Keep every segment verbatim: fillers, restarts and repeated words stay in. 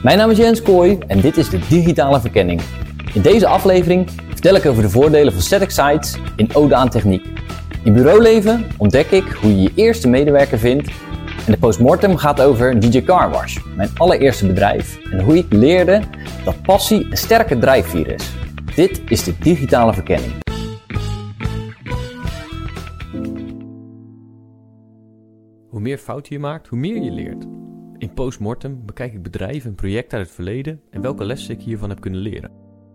Mijn naam is Jens Kooi en dit is de Digitale Verkenning. In deze aflevering vertel ik over de voordelen van static sites in ode aan techniek. In bureauleven ontdek ik hoe je je eerste medewerker vindt en de postmortem gaat over D J Car Wash, mijn allereerste bedrijf en hoe ik leerde dat passie een sterke drijfveer is. Dit is de Digitale Verkenning. Hoe meer fouten je maakt, hoe meer je leert. In Postmortem bekijk ik bedrijven en projecten uit het verleden en welke lessen ik hiervan heb kunnen leren.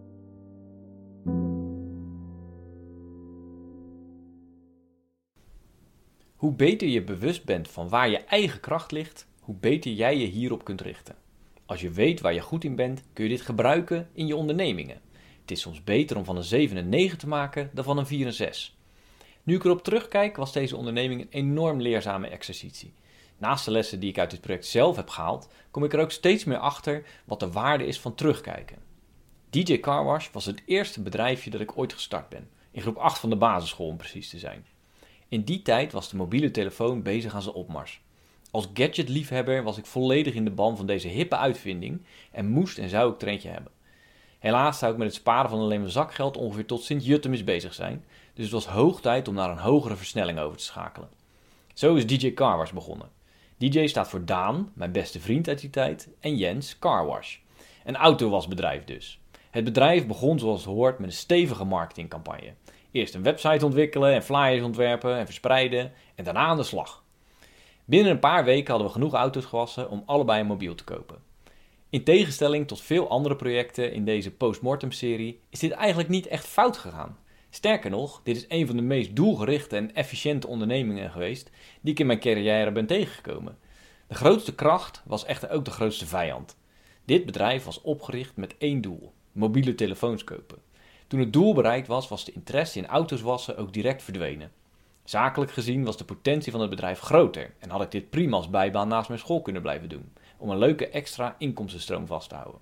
Hoe beter je bewust bent van waar je eigen kracht ligt, hoe beter jij je hierop kunt richten. Als je weet waar je goed in bent, kun je dit gebruiken in je ondernemingen. Het is soms beter om van een zeven een negen te maken dan van een vier een zes. Nu ik erop terugkijk, was deze onderneming een enorm leerzame exercitie. Naast de lessen die ik uit dit project zelf heb gehaald, kom ik er ook steeds meer achter wat de waarde is van terugkijken. D J Car Wash was het eerste bedrijfje dat ik ooit gestart ben, in groep acht van de basisschool om precies te zijn. In die tijd was de mobiele telefoon bezig aan zijn opmars. Als gadgetliefhebber was ik volledig in de ban van deze hippe uitvinding en moest en zou ik er eentje hebben. Helaas zou ik met het sparen van alleen mijn zakgeld ongeveer tot Sint-Jutemis bezig zijn, dus het was hoog tijd om naar een hogere versnelling over te schakelen. Zo is D J Car Wash begonnen. D J staat voor Daan, mijn beste vriend uit die tijd, en Jens, Car Wash. Een autowasbedrijf dus. Het bedrijf begon zoals het hoort met een stevige marketingcampagne. Eerst een website ontwikkelen en flyers ontwerpen en verspreiden en daarna aan de slag. Binnen een paar weken hadden we genoeg auto's gewassen om allebei een mobiel te kopen. In tegenstelling tot veel andere projecten in deze Postmortem-serie is dit eigenlijk niet echt fout gegaan. Sterker nog, dit is een van de meest doelgerichte en efficiënte ondernemingen geweest die ik in mijn carrière ben tegengekomen. De grootste kracht was echter ook de grootste vijand. Dit bedrijf was opgericht met één doel: mobiele telefoons kopen. Toen het doel bereikt was, was de interesse in auto's wassen ook direct verdwenen. Zakelijk gezien was de potentie van het bedrijf groter en had ik dit prima als bijbaan naast mijn school kunnen blijven doen, om een leuke extra inkomstenstroom vast te houden.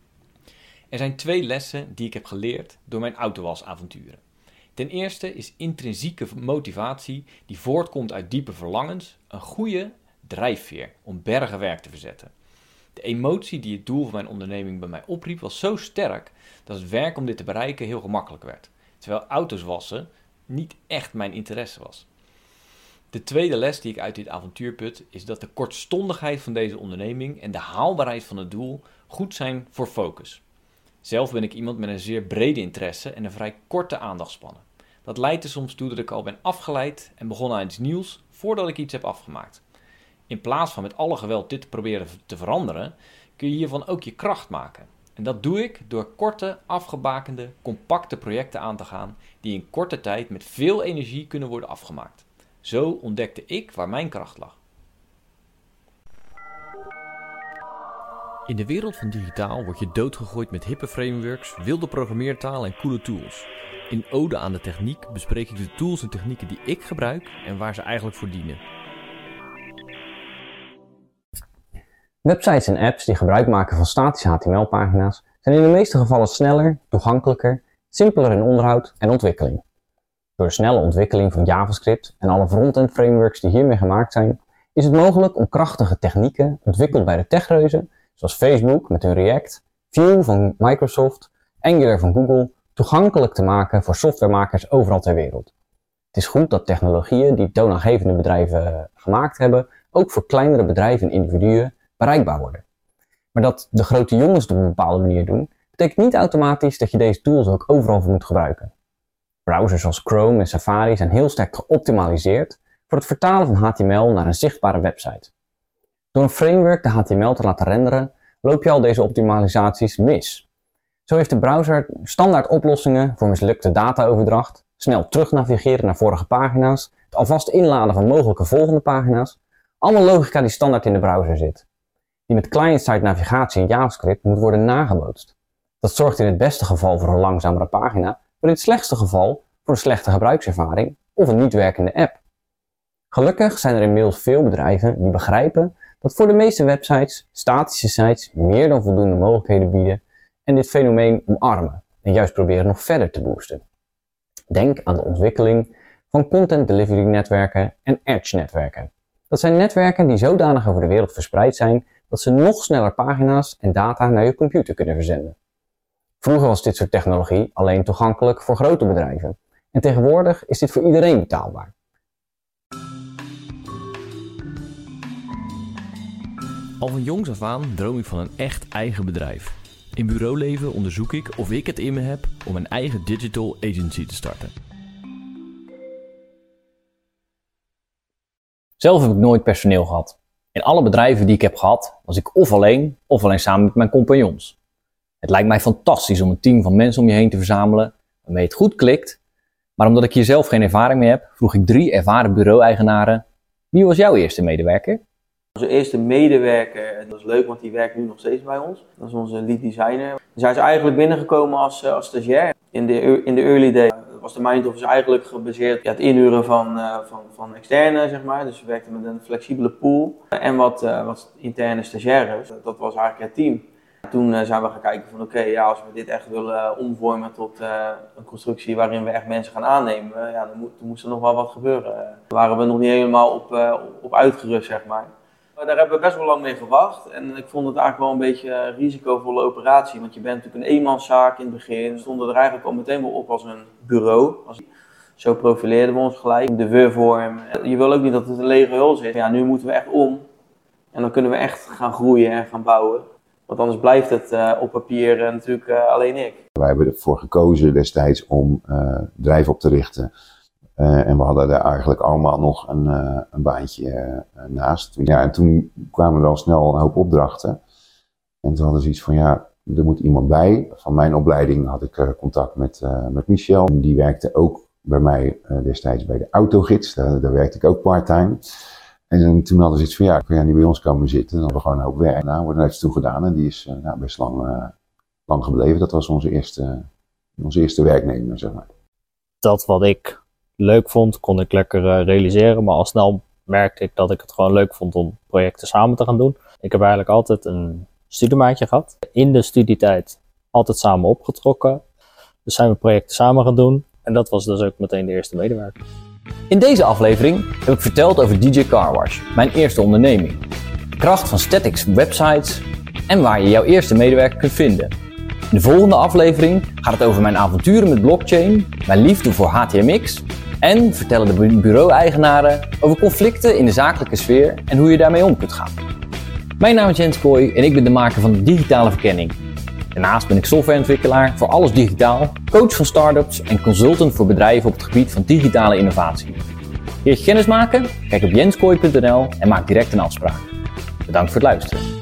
Er zijn twee lessen die ik heb geleerd door mijn autowasavonturen. Ten eerste is intrinsieke motivatie die voortkomt uit diepe verlangens een goede drijfveer om bergen werk te verzetten. De emotie die het doel van mijn onderneming bij mij opriep was zo sterk dat het werk om dit te bereiken heel gemakkelijk werd, terwijl auto's wassen niet echt mijn interesse was. De tweede les die ik uit dit avontuur put is dat de kortstondigheid van deze onderneming en de haalbaarheid van het doel goed zijn voor focus. Zelf ben ik iemand met een zeer brede interesse en een vrij korte aandachtspannen. Dat leidt er soms toe dat ik al ben afgeleid en begon aan iets nieuws voordat ik iets heb afgemaakt. In plaats van met alle geweld dit te proberen te veranderen, kun je hiervan ook je kracht maken. En dat doe ik door korte, afgebakende, compacte projecten aan te gaan die in korte tijd met veel energie kunnen worden afgemaakt. Zo ontdekte ik waar mijn kracht lag. In de wereld van digitaal word je doodgegooid met hippe frameworks, wilde programmeertaal en coole tools. In ode aan de techniek bespreek ik de tools en technieken die ik gebruik en waar ze eigenlijk voor dienen. Websites en apps die gebruik maken van statische H T M L-pagina's zijn in de meeste gevallen sneller, toegankelijker, simpeler in onderhoud en ontwikkeling. Door de snelle ontwikkeling van JavaScript en alle front-end frameworks die hiermee gemaakt zijn, is het mogelijk om krachtige technieken ontwikkeld bij de techreuzen, zoals Facebook met hun React, Vue van Microsoft, Angular van Google, toegankelijk te maken voor softwaremakers overal ter wereld. Het is goed dat technologieën die toonaangevende bedrijven gemaakt hebben, ook voor kleinere bedrijven en individuen bereikbaar worden. Maar dat de grote jongens het op een bepaalde manier doen, betekent niet automatisch dat je deze tools ook overal voor moet gebruiken. Browsers zoals Chrome en Safari zijn heel sterk geoptimaliseerd voor het vertalen van H T M L naar een zichtbare website. Door een framework de H T M L te laten renderen, loop je al deze optimalisaties mis. Zo heeft de browser standaard oplossingen voor mislukte dataoverdracht, snel terugnavigeren naar vorige pagina's, het alvast inladen van mogelijke volgende pagina's, allemaal logica die standaard in de browser zit, die met client-side navigatie en JavaScript moet worden nagebootst. Dat zorgt in het beste geval voor een langzamere pagina, maar in het slechtste geval voor een slechte gebruikservaring of een niet werkende app. Gelukkig zijn er inmiddels veel bedrijven die begrijpen dat voor de meeste websites statische sites meer dan voldoende mogelijkheden bieden en dit fenomeen omarmen en juist proberen nog verder te boosten. Denk aan de ontwikkeling van content delivery netwerken en edge netwerken. Dat zijn netwerken die zodanig over de wereld verspreid zijn dat ze nog sneller pagina's en data naar je computer kunnen verzenden. Vroeger was dit soort technologie alleen toegankelijk voor grote bedrijven en tegenwoordig is dit voor iedereen betaalbaar. Al van jongs af aan droom ik van een echt eigen bedrijf. In bureauleven onderzoek ik of ik het in me heb om een eigen digital agency te starten. Zelf heb ik nooit personeel gehad. In alle bedrijven die ik heb gehad, was ik of alleen, of alleen samen met mijn compagnons. Het lijkt mij fantastisch om een team van mensen om je heen te verzamelen, waarmee het goed klikt. Maar omdat ik hier zelf geen ervaring mee heb, vroeg ik drie ervaren bureau-eigenaren: wie was jouw eerste medewerker? Onze eerste medewerker, dat is leuk, want die werkt nu nog steeds bij ons. Dat is onze lead designer. Zij is eigenlijk binnengekomen als, als stagiair. In de, in de early days was de Mindhof is eigenlijk gebaseerd op ja, het inhuren van, uh, van, van externe, zeg maar. Dus we werkten met een flexibele pool en wat, uh, wat interne stagiaires. Dat was eigenlijk het team. Toen uh, zijn we gaan kijken van oké, okay, ja, als we dit echt willen uh, omvormen tot uh, een constructie waarin we echt mensen gaan aannemen, uh, ja, dan, mo- dan moest er nog wel wat gebeuren. Uh, daar waren we nog niet helemaal op, uh, op uitgerust, zeg maar. Daar hebben we best wel lang mee gewacht en ik vond het eigenlijk wel een beetje een risicovolle operatie, want je bent natuurlijk een eenmanszaak in het begin. We stonden er eigenlijk al meteen wel op als een bureau. Zo profileerden we ons gelijk, de we-vorm. Je wil ook niet dat het een lege hul zit. Ja, nu moeten we echt om en dan kunnen we echt gaan groeien en gaan bouwen. Want anders blijft het uh, op papier uh, natuurlijk uh, alleen ik. Wij hebben ervoor gekozen destijds om uh, bedrijf op te richten. Uh, en we hadden daar eigenlijk allemaal nog een, uh, een baantje uh, naast. Ja, en toen kwamen er al snel een hoop opdrachten. En toen hadden ze iets van, ja, er moet iemand bij. Van mijn opleiding had ik uh, contact met, uh, met Michel. Die werkte ook bij mij uh, destijds bij de autogids. Daar, daar werkte ik ook part-time. En toen hadden ze iets van, ja, kun jij niet bij ons komen zitten? Dan hebben we gewoon een hoop werk. Nou, dat heeft ze toen gedaan en die is uh, nou, best lang, uh, lang gebleven. Dat was onze eerste, onze eerste werknemer, zeg maar. Dat wat ik leuk vond, kon ik lekker uh, realiseren. Maar al snel merkte ik dat ik het gewoon leuk vond om projecten samen te gaan doen. Ik heb eigenlijk altijd een studiemaatje gehad. In de studietijd altijd samen opgetrokken. Dus zijn we projecten samen gaan doen. En dat was dus ook meteen de eerste medewerker. In deze aflevering heb ik verteld over D J Car Wash, mijn eerste onderneming. De kracht van statics websites en waar je jouw eerste medewerker kunt vinden. In de volgende aflevering gaat het over mijn avonturen met blockchain, mijn liefde voor H T M X en vertellen de bureau-eigenaren over conflicten in de zakelijke sfeer en hoe je daarmee om kunt gaan. Mijn naam is Jens Kooi en ik ben de maker van de digitale verkenning. Daarnaast ben ik softwareontwikkelaar voor alles digitaal, coach van start-ups en consultant voor bedrijven op het gebied van digitale innovatie. Wil je kennis maken? Kijk op jenskooi punt n l en maak direct een afspraak. Bedankt voor het luisteren.